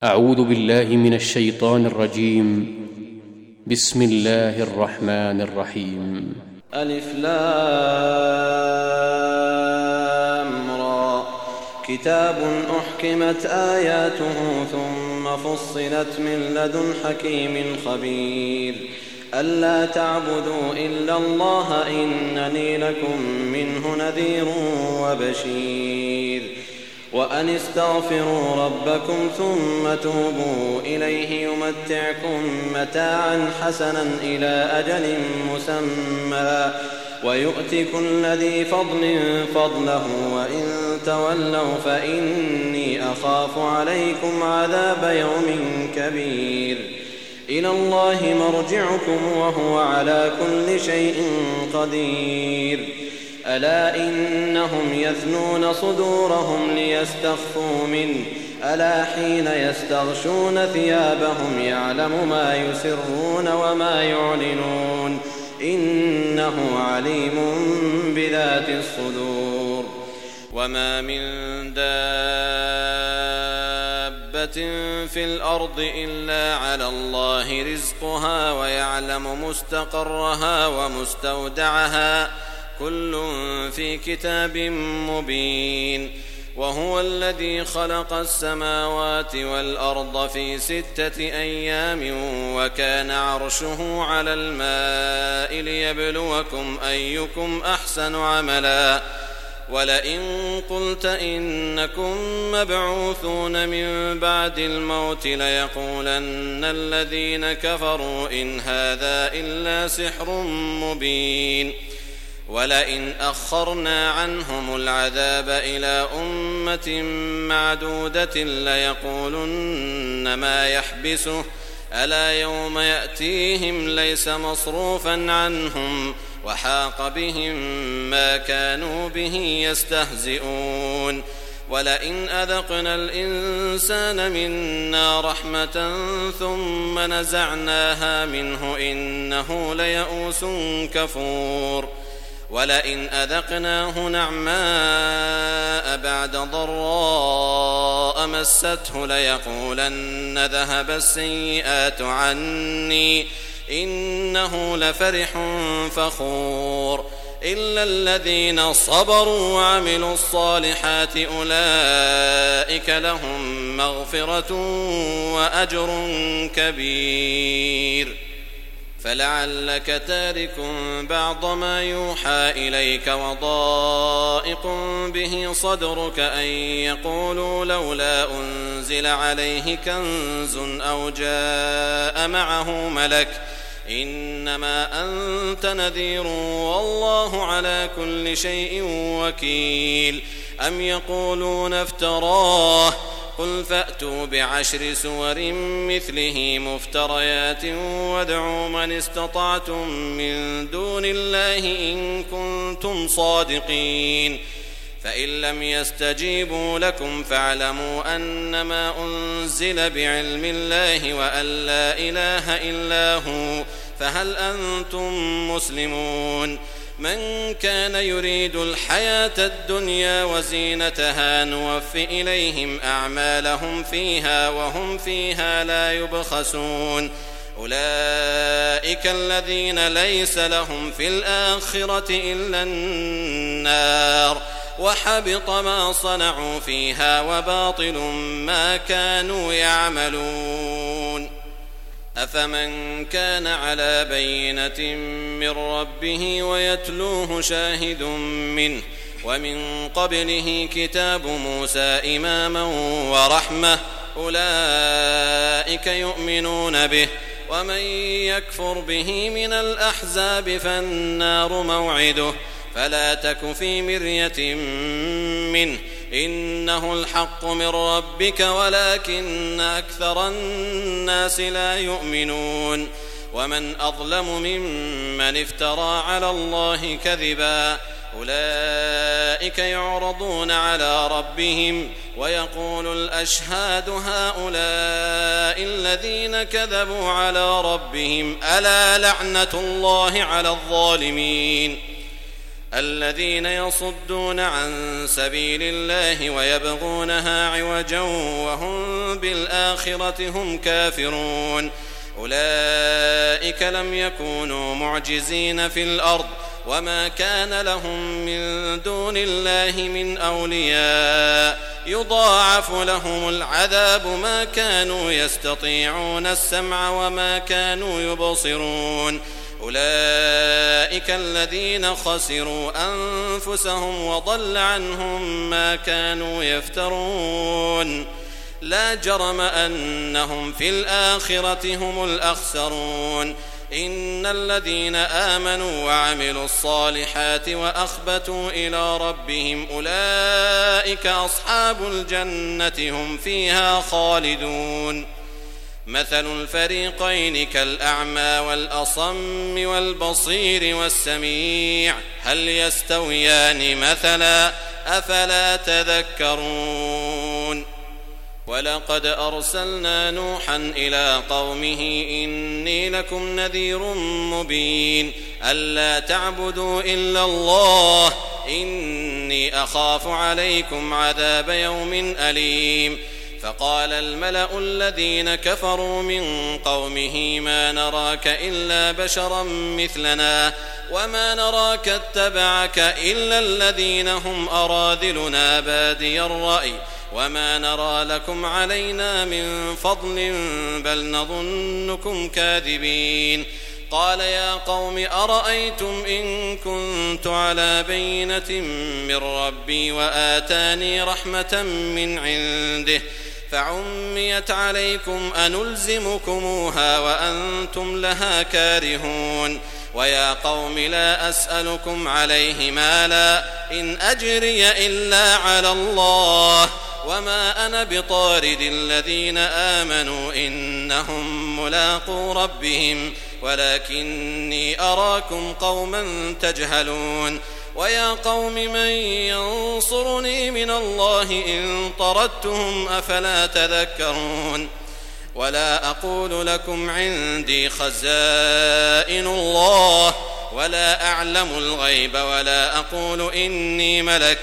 أعوذ بالله من الشيطان الرجيم. بسم الله الرحمن الرحيم. ألف لام را. كتاب أحكمت آياته ثم فصلت من لدن حكيم خبير. ألا تعبدوا إلا الله إنني لكم منه نذير وبشير. وأن استغفروا ربكم ثم توبوا إليه يمتعكم متاعا حسنا إلى أجل مسمى ويؤت كل ذي فضل فضله وإن تولوا فإني أخاف عليكم عذاب يوم كبير. إلى الله مرجعكم وهو على كل شيء قدير. ألا إنهم يثنون صدورهم ليستخفوا منه ألا حين يستغشون ثيابهم يعلم ما يسرون وما يعلنون إنه عليم بذات الصدور. وما من دابة في الأرض إلا على الله رزقها ويعلم مستقرها ومستودعها كل في كتاب مبين. وهو الذي خلق السماوات والأرض في 6 أيام وكان عرشه على الماء ليبلوكم أيكم أحسن عملا. ولئن قلت إنكم مبعوثون من بعد الموت ليقولن الذين كفروا إن هذا إلا سحر مبين. ولئن أخرنا عنهم العذاب إلى أمة معدودة ليقولن ما يحبسه ألا يوم يأتيهم ليس مصروفا عنهم وحاق بهم ما كانوا به يستهزئون. ولئن أذقنا الإنسان منا رحمة ثم نزعناها منه إنه ليئوس كفور. ولئن أذقناه نعماء بعد ضراء مسته ليقولن ذهب السيئات عني إنه لفرح فخور. إلا الذين صبروا وعملوا الصالحات أولئك لهم مغفرة وأجر كبير. فلعلك تارك بعض ما يوحى إليك وضائق به صدرك أن يقولوا لولا أنزل عليه كنز أو جاء معه ملك إنما أنت نذير والله على كل شيء وكيل. أم يقولون افتراه قل فأتوا ب10 سور مثله مفتريات وادعوا من استطعتم من دون الله إن كنتم صادقين. فإن لم يستجيبوا لكم فاعلموا أنما أنزل بعلم الله وأن لا إله إلا هو فهل أنتم مسلمون. من كان يريد الحياة الدنيا وزينتها نوف إليهم أعمالهم فيها وهم فيها لا يبخسون. أولئك الذين ليس لهم في الآخرة إلا النار وحبط ما صنعوا فيها وباطل ما كانوا يعملون. أفمن كان على بينة من ربه ويتلوه شاهد منه ومن قبله كتاب موسى إماما ورحمة أولئك يؤمنون به. ومن يكفر به من الأحزاب فالنار موعده فلا تك في مرية منه إنه الحق من ربك ولكن أكثر الناس لا يؤمنون. ومن أظلم ممن افترى على الله كذبا أولئك يعرضون على ربهم ويقول الأشهاد هؤلاء الذين كذبوا على ربهم ألا لعنة الله على الظالمين. الذين يصدون عن سبيل الله ويبغونها عوجا وهم بالآخرة هم كافرون أولئك لم يكونوا معجزين في الأرض وما كان لهم من دون الله من أولياء يضاعف لهم العذاب ما كانوا يستطيعون السمع وما كانوا يبصرون أولئك الذين خسروا أنفسهم وضل عنهم ما كانوا يفترون لا جرم أنهم في الآخرة هم الأخسرون إن الذين آمنوا وعملوا الصالحات وأخبتوا إلى ربهم أولئك أصحاب الجنة هم فيها خالدون مثل الفريقين كالأعمى والأصم والبصير والسميع هل يستويان مثلا أفلا تذكرون ولقد أرسلنا نوحا إلى قومه إني لكم نذير مبين ألا تعبدوا إلا الله إني أخاف عليكم عذاب يوم أليم فقال الملأ الذين كفروا من قومه ما نراك إلا بشرا مثلنا وما نراك اتبعك إلا الذين هم أراذلنا بادي الرأي وما نرى لكم علينا من فضل بل نظنكم كاذبين قال يا قوم أرأيتم إن كنت على بينة من ربي وآتاني رحمة من عنده فعميت عليكم أنلزمكموها وأنتم لها كارهون ويا قوم لا أسألكم عليه مالا إن أجري إلا على الله وما أنا بطارد الذين آمنوا إنهم ملاقو ربهم ولكني أراكم قوما تجهلون ويا قوم من ينصرني من الله إن طردتهم أفلا تذكرون ولا أقول لكم عندي خزائن الله ولا أعلم الغيب ولا أقول إني ملك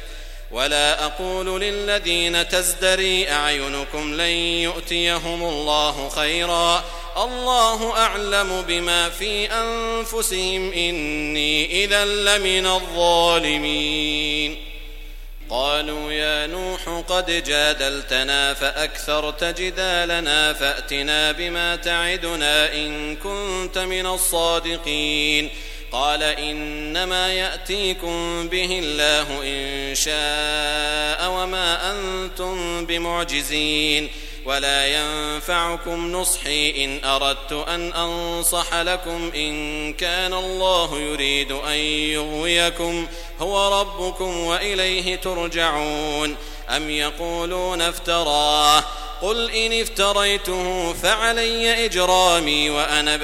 ولا أقول للذين تزدري أعينكم لن يؤتيهم الله خيرا الله أعلم بما في أنفسهم إني إذا لمن الظالمين قالوا يا نوح قد جادلتنا فأكثرت جدالنا فأتنا بما تعدنا إن كنت من الصادقين قال إنما يأتيكم به الله إن شاء وما أنتم بمعجزين ولا ينفعكم نصحي إن أردت أن أنصح لكم إن كان الله يريد أن يغويكم هو ربكم وإليه ترجعون أم يقولون افتراه قل إن افتريته فعلي إجرامي وأنا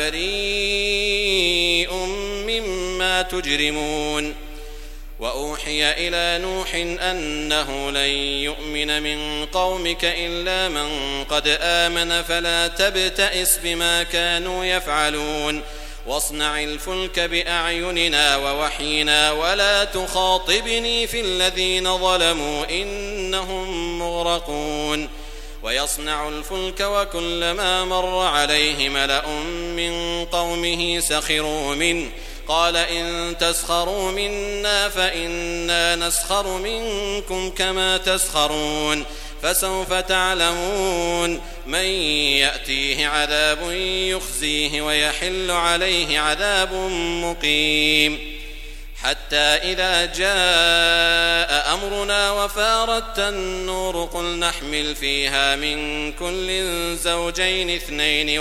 بريء مما تجرمون وأوحي إلى نوح أنه لن يؤمن من قومك إلا من قد آمن فلا تبتئس بما كانوا يفعلون واصنع الفلك بأعيننا ووحينا ولا تخاطبني في الذين ظلموا إنهم مغرقون ويصنع الفلك وكلما مر عليه ملأ من قومه سخروا منه قال إن تسخروا منا فإنا نسخر منكم كما تسخرون فسوف تعلمون من يأتيه عذاب يخزيه ويحل عليه عذاب مقيم حتى إذا جاء أمرنا وفارت النور قل نحمل فيها من كل زوجين اثنين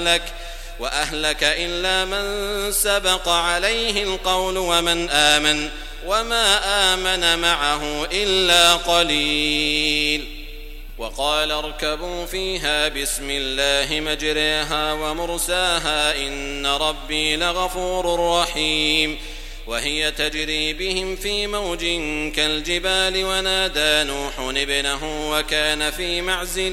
وأهلك إلا من سبق عليه القول ومن آمن وما آمن معه إلا قليل وقال اركبوا فيها بسم الله مجريها ومرساها إن ربي لغفور رحيم وهي تجري بهم في موج كالجبال ونادى نوح ابنه وكان في معزل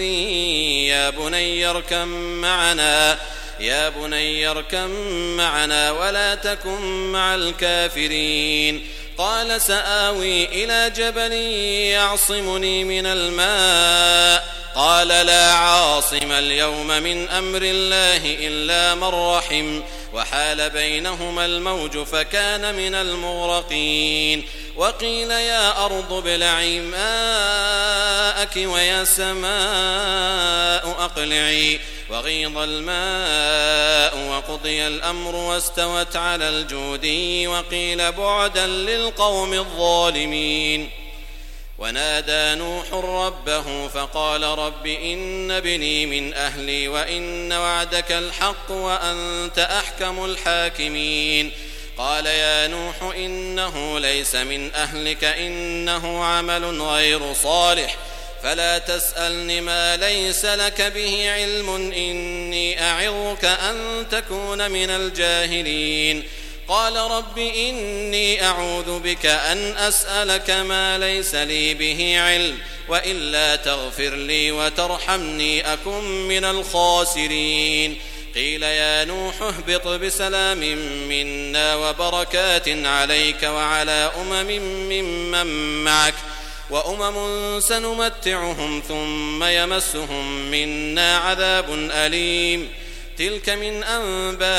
يا بني اركب معنا ولا تكن مع الكافرين قال سآوي إلى جبل يعصمني من الماء قال لا عاصم اليوم من أمر الله إلا من رحم وحال بينهما الموج فكان من المغرقين وقيل يا أرض ابلعي ماءك ويا سماء أقلعي وغيض الماء وقضي الأمر واستوت على الجودي وقيل بعدا للقوم الظالمين ونادى نوح ربه فقال رب إن ابني من أهلي وإن وعدك الحق وأنت أحكم الحاكمين قال يا نوح إنه ليس من أهلك إنه عمل غير صالح فلا تسألني ما ليس لك به علم إني أعظك أن تكون من الجاهلين قال رب إني أعوذ بك أن أسألك ما ليس لي به علم وإلا تغفر لي وترحمني أكن من الخاسرين قيل يا نوح اهبط بسلام منا وبركات عليك وعلى ممن معك وأمم سنمتعهم ثم يمسهم منا عذاب أليم تلك من أنباء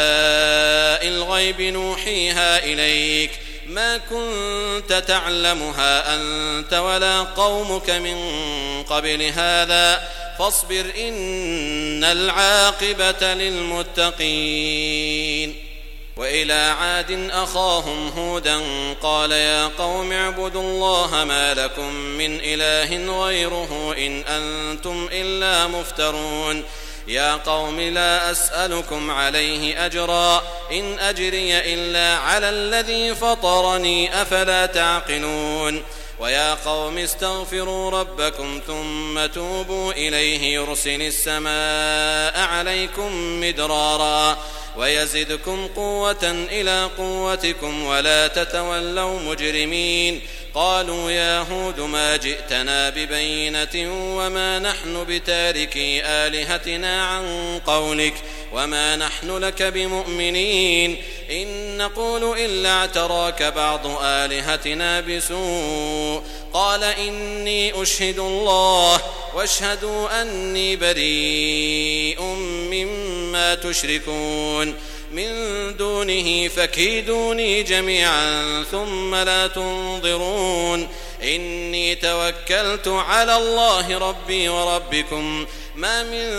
الغيب نوحيها إليك ما كنت تعلمها أنت ولا قومك من قبل هذا فاصبر إن العاقبة للمتقين وإلى عاد أخاهم هودا قال يا قوم اعبدوا الله ما لكم من إله غيره إن أنتم إلا مفترون يا قوم لا أسألكم عليه أجرا إن أجري إلا على الذي فطرني أفلا تعقلون ويا قوم استغفروا ربكم ثم توبوا إليه يرسل السماء عليكم مدرارا ويزدكم قوة إلى قوتكم ولا تتولوا مجرمين قالوا يا هود ما جئتنا ببينة وما نحن بتاركي آلهتنا عن قولك وما نحن لك بمؤمنين إن نقول إلا اعتراك بعض آلهتنا بسوء قال إني أشهد الله واشهدوا أني بريء مما تشركون من دونه فكيدوني جميعا ثم لا تنظرون إني توكلت على الله ربي وربكم ما من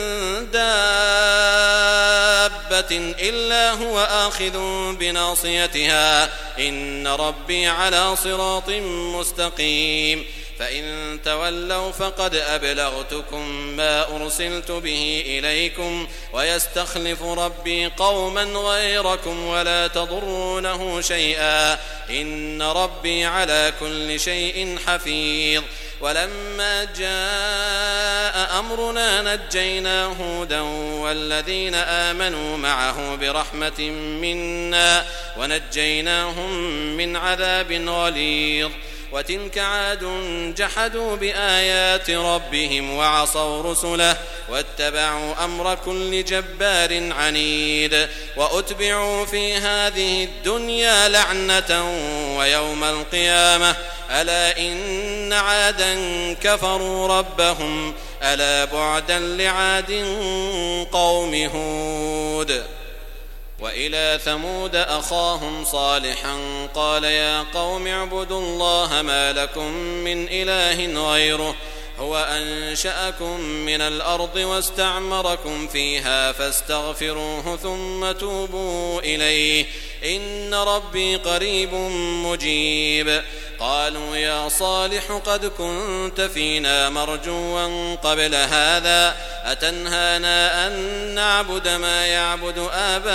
دابة إلا هو آخذ بناصيتها إن ربي على صراط مستقيم فإن تولوا فقد أبلغتكم ما أرسلت به إليكم ويستخلف ربي قوما غيركم ولا تضرونه شيئا إن ربي على كل شيء حفيظ ولما جاء أمرنا نجينا هودا والذين آمنوا معه برحمة منا ونجيناهم من عذاب غليظ وتلك عاد جحدوا بآيات ربهم وعصوا رسله واتبعوا أمر كل جبار عنيد وأتبعوا في هذه الدنيا لعنة ويوم القيامة ألا إن عادا كفروا ربهم ألا بعدا لعاد قوم هود وإلى ثمود أخاهم صالحا قال يا قوم اعبدوا الله ما لكم من إله غيره هو أنشأكم من الأرض واستعمركم فيها فاستغفروه ثم توبوا إليه إن ربي قريب مجيب قالوا يا صالح قد كنت فينا مرجوا قبل هذا أتنهانا أن نعبد ما يعبد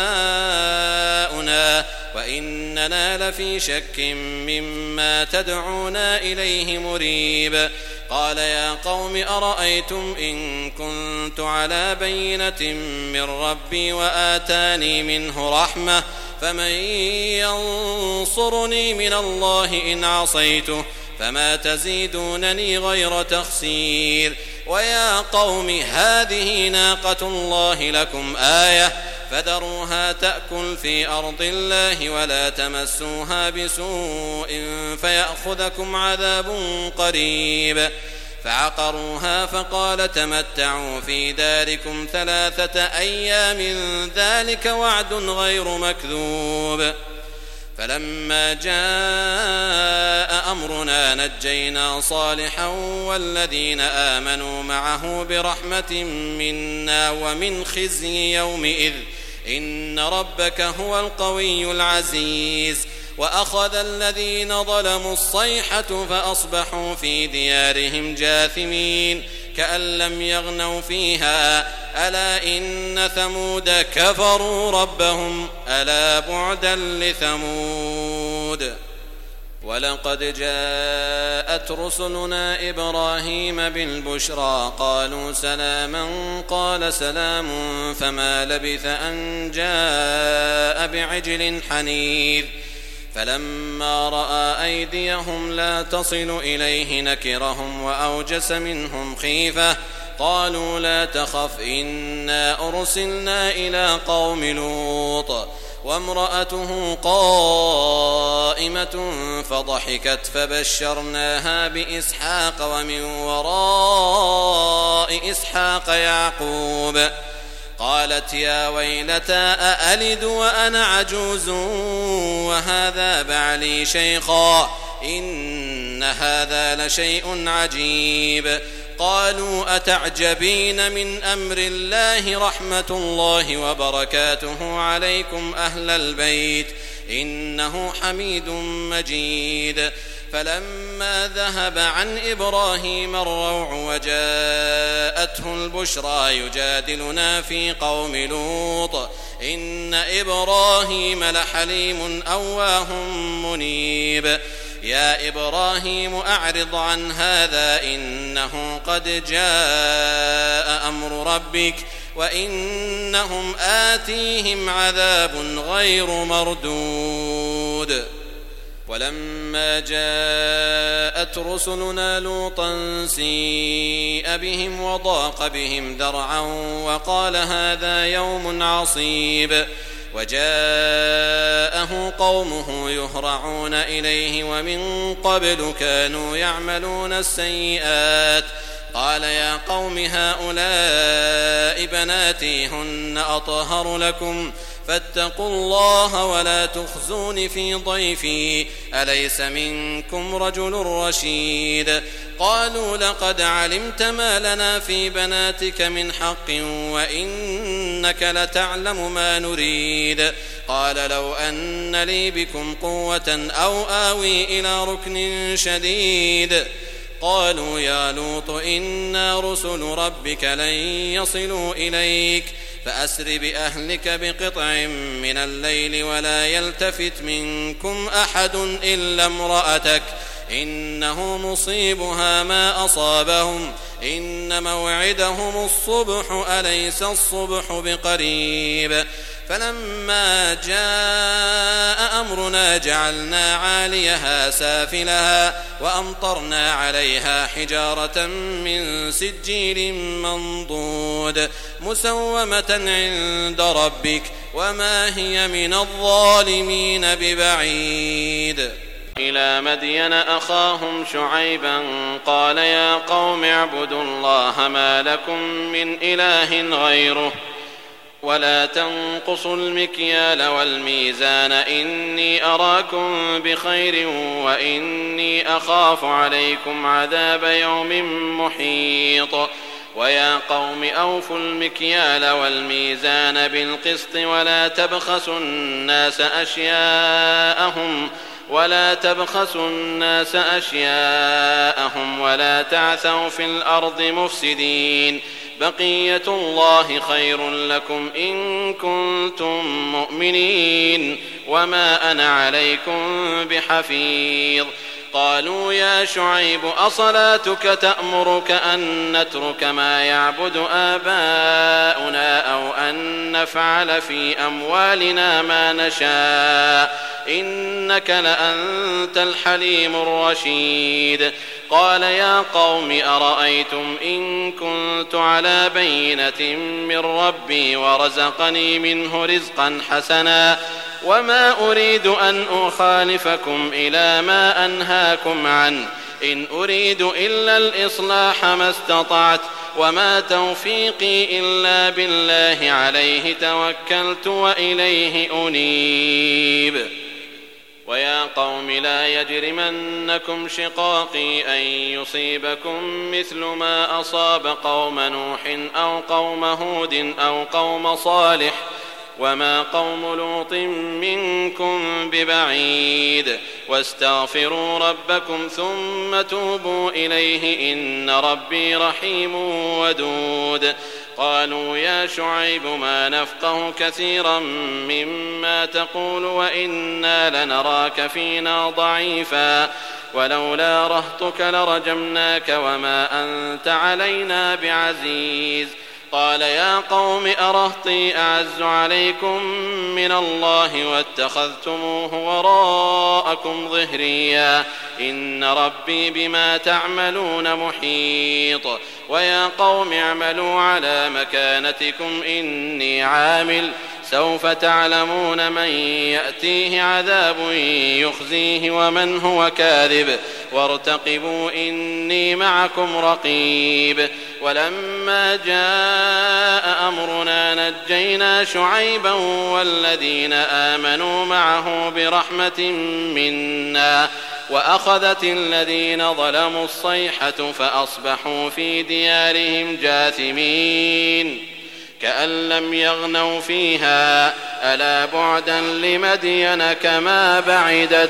آباؤنا وإننا لفي شك مما تدعونا إليه مريب قال يا قوم أرأيتم إن كنت على بينة من ربي وآتاني منه رحمة فمن ينصرني من الله إن عصيته فما تزيدونني غير تخسير ويا قوم هذه ناقة الله لكم آية فذروها تأكل في أرض الله ولا تمسوها بسوء فيأخذكم عذاب قريب. فعقروها فقال تمتعوا في داركم 3 أيام ذلك وعد غير مكذوب. فلما جاء أمرنا نجينا صالحا والذين آمنوا معه برحمة منا ومن خزي يومئذ إن ربك هو القوي العزيز. وأخذ الذين ظلموا الصيحة فأصبحوا في ديارهم جاثمين كأن لم يغنوا فيها ألا إن ثمود كفروا ربهم ألا بعدا لثمود. ولقد جاءت رسلنا إبراهيم بالبشرى قالوا سلاما قال سلام فما لبث أن جاء بعجل حنيذ. فلما رأى أيديهم لا تصل إليه نكرهم وأوجس منهم خيفة قالوا لا تخف إنا أرسلنا إلى قوم لوط وامرأته قائمة فضحكت فبشرناها بإسحاق ومن وراء إسحاق يعقوب. قالت يا ويلتى أألد وأنا عجوز وهذا بعلي شيخا إن هذا لشيء عجيب. قالوا أتعجبين من أمر الله رحمة الله وبركاته عليكم أهل البيت إنه حميد مجيد. فلما ذهب عن إبراهيم الروع وجاءته البشرى يجادلنا في قوم لوط إن إبراهيم لحليم أواه منيب. يا إبراهيم أعرض عن هذا إنه قد جاء أمر ربك وإنهم آتيهم عذاب غير مردود. ولما جاءت رسلنا لوطا سيء بهم وضاق بهم ذرعا وقال هذا يوم عصيب. وجاءه قومه يهرعون إليه ومن قبل كانوا يعملون السيئات قال يا قوم هؤلاء بناتي هن أطهر لكم فاتقوا الله ولا تخزون في ضيفي أليس منكم رجل رشيد. قالوا لقد علمت ما لنا في بناتك من حق وإنك لتعلم ما نريد. قال لو أن لي بكم قوة أو آوي إلى ركن شديد. قالوا يا لوط إنا رسل ربك لن يصلوا إليك فأسر بأهلك بقطع من الليل ولا يلتفت منكم أحد إلا امرأتك إنه مصيبها ما أصابهم إن موعدهم الصبح أليس الصبح بقريب. فلما جاء أمرنا جعلنا عاليها سافلها وأمطرنا عليها حجارة من سجيل منضود مسومة عند ربك وما هي من الظالمين ببعيد. إلى مدين أخاهم شعيبا قال يا قوم اعبدوا الله ما لكم من إله غيره ولا تنقصوا المكيال والميزان إني أراكم بخير وإني أخاف عليكم عذاب يوم محيط. ويا قوم أوفوا المكيال والميزان بالقسط ولا تبخسوا الناس أشياءهم ولا تعثوا في الأرض مفسدين. بقية الله خير لكم إن كنتم مؤمنين وما أنا عليكم بحفيظ. قالوا يا شعيب أصلاتك تأمرك أن نترك ما يعبد آباؤنا أو أن نفعل في أموالنا ما نشاء إنك لأنت الحليم الرشيد قال يا قوم أرأيتم إن كنت على بينة من ربي ورزقني منه رزقا حسنا وما أريد أن أخالفكم إلى ما أنهاكم عنه إن أريد إلا الإصلاح ما استطعت وما توفيقي إلا بالله عليه توكلت وإليه أنيب ويا قوم لا يجرمنكم شقاقي أن يصيبكم مثل ما أصاب قوم نوح أو قوم هود أو قوم صالح وما قوم لوط منكم ببعيد واستغفروا ربكم ثم توبوا إليه إن ربي رحيم ودود قالوا يا شعيب ما نفقه كثيرا مما تقول وإنا لنراك فينا ضعيفا ولولا رهطك لرجمناك وما أنت علينا بعزيز قال يا قوم أرهطي أعز عليكم من الله واتخذتموه وراءكم ظهريا إن ربي بما تعملون محيط ويا قوم اعملوا على مكانتكم إني عامل سوف تعلمون من يأتيه عذاب يخزيه ومن هو كاذب وارتقبوا إني معكم رقيب ولما جاء أمرنا نجينا شعيبا والذين آمنوا معه برحمة منا وأخذت الذين ظلموا الصيحة فأصبحوا في ديارهم جاثمين كأن لم يغنوا فيها ألا بعدا لمدين كما بعدت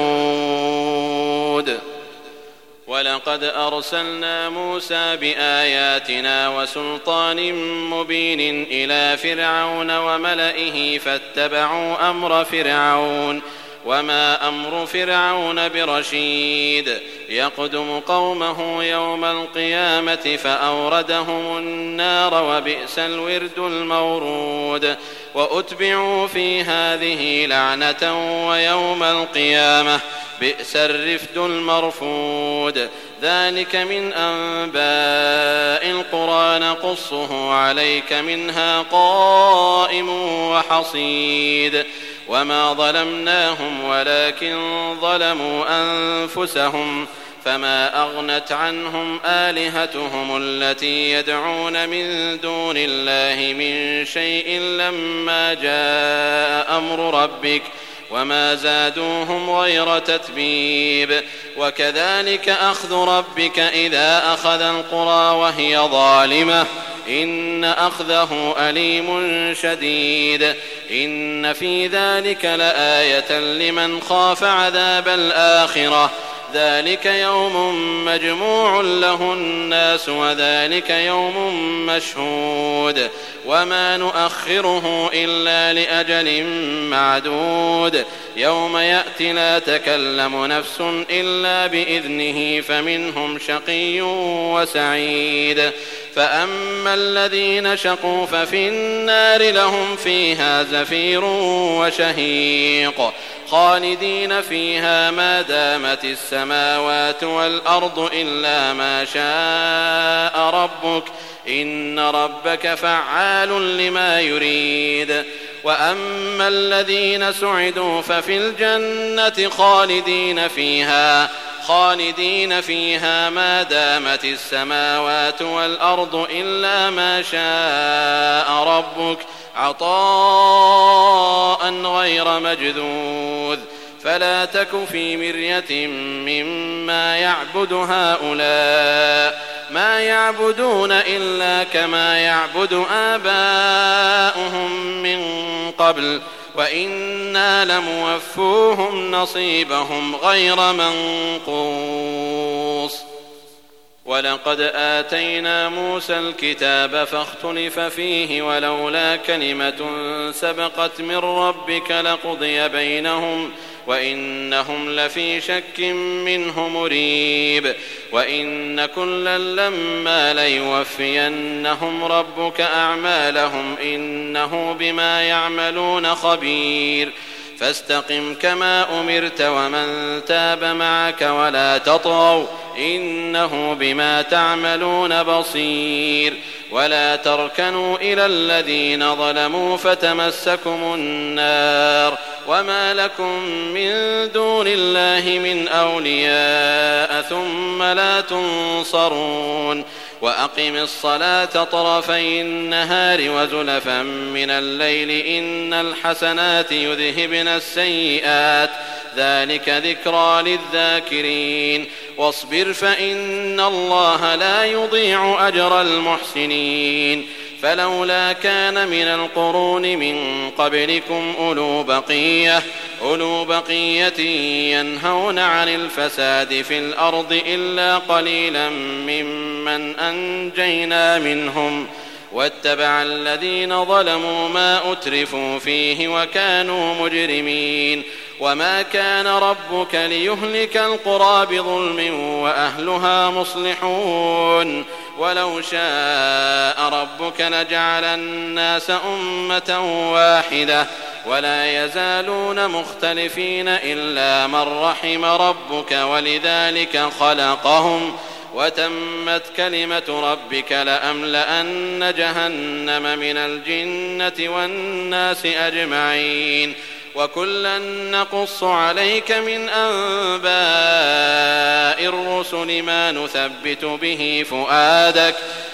ثمود ولقد أرسلنا موسى بآياتنا وسلطان مبين إلى فرعون وملئه فاتبعوا أمر فرعون وما أمر فرعون برشيد يقدم قومه يوم القيامة فأوردهم النار وبئس الورد المورود وأتبعوا في هذه لعنة ويوم القيامة بئس الرفد المرفود ذلك من أنباء القرى نقصه عليك منها قائم وحصيد وما ظلمناهم ولكن ظلموا أنفسهم فما أغنت عنهم آلهتهم التي يدعون من دون الله من شيء لما جاء أمر ربك وما زادوهم غير تتبيب وكذلك أخذ ربك إذا أخذ القرى وهي ظالمة إن أخذه أليم شديد إن في ذلك لآية لمن خاف عذاب الآخرة ذلك يوم مجموع له الناس وذلك يوم مشهود وما نؤخره إلا لأجل معدود يوم يأتي لا تكلم نفس إلا بإذنه فمنهم شقي وسعيد فأما الذين شقوا ففي النار لهم فيها زفير وشهيق خالدين فيها ما دامت السماوات والأرض إلا ما شاء ربك إن ربك فعال لما يريد وأما الذين سعدوا ففي الجنة خالدين فيها ما دامت السماوات والأرض إلا ما شاء ربك عطاء غير مجذوذ فلا تك في مرية مما يعبد هؤلاء ما يعبدون إلا كما يعبد آباؤهم من قبل وإنا لموفوهم نصيبهم غير منقوص ولقد آتينا موسى الكتاب فاختلف فيه ولولا كلمة سبقت من ربك لقضي بينهم وإنهم لفي شك منه مريب وإن كلا لما ليوفينهم ربك أعمالهم إنه بما يعملون خبير فاستقم كما أمرت ومن تاب معك ولا تطغوا إنه بما تعملون بصير ولا تركنوا إلى الذين ظلموا فتمسكم النار وما لكم من دون الله من أولياء ثم لا تنصرون وأقم الصلاة طرفي النهار وزلفا من الليل إن الحسنات يذهبن السيئات ذلك ذكرى للذاكرين واصبر فإن الله لا يضيع أجر المحسنين فلولا كان من القرون من قبلكم أولو بقية ينهون عن الفساد في الأرض إلا قليلا ممن أنجينا منهم واتبع الذين ظلموا ما أترفوا فيه وكانوا مجرمين وما كان ربك ليهلك القرى بظلم وأهلها مصلحون ولو شاء ربك لجعل الناس أمة واحدة ولا يزالون مختلفين إلا من رحم ربك ولذلك خلقهم وتمت كلمة ربك لأملأن جهنم من الجنة والناس أجمعين وكلا نقص عليك من أنباء الرسل ما نثبت به فؤادك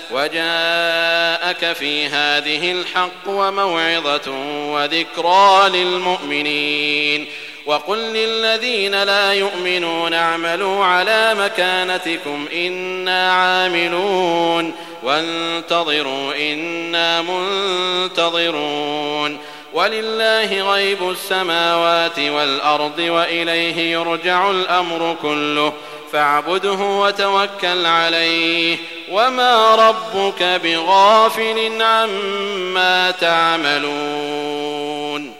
وجاءك في هذه الحق وموعظة وذكرى للمؤمنين وقل للذين لا يؤمنون اعملوا على مكانتكم إنا عاملون وانتظروا إنا منتظرون ولله غيب السماوات والأرض وإليه يرجع الأمر كله فاعبده وتوكل عليه وما ربك بغافل عما تعملون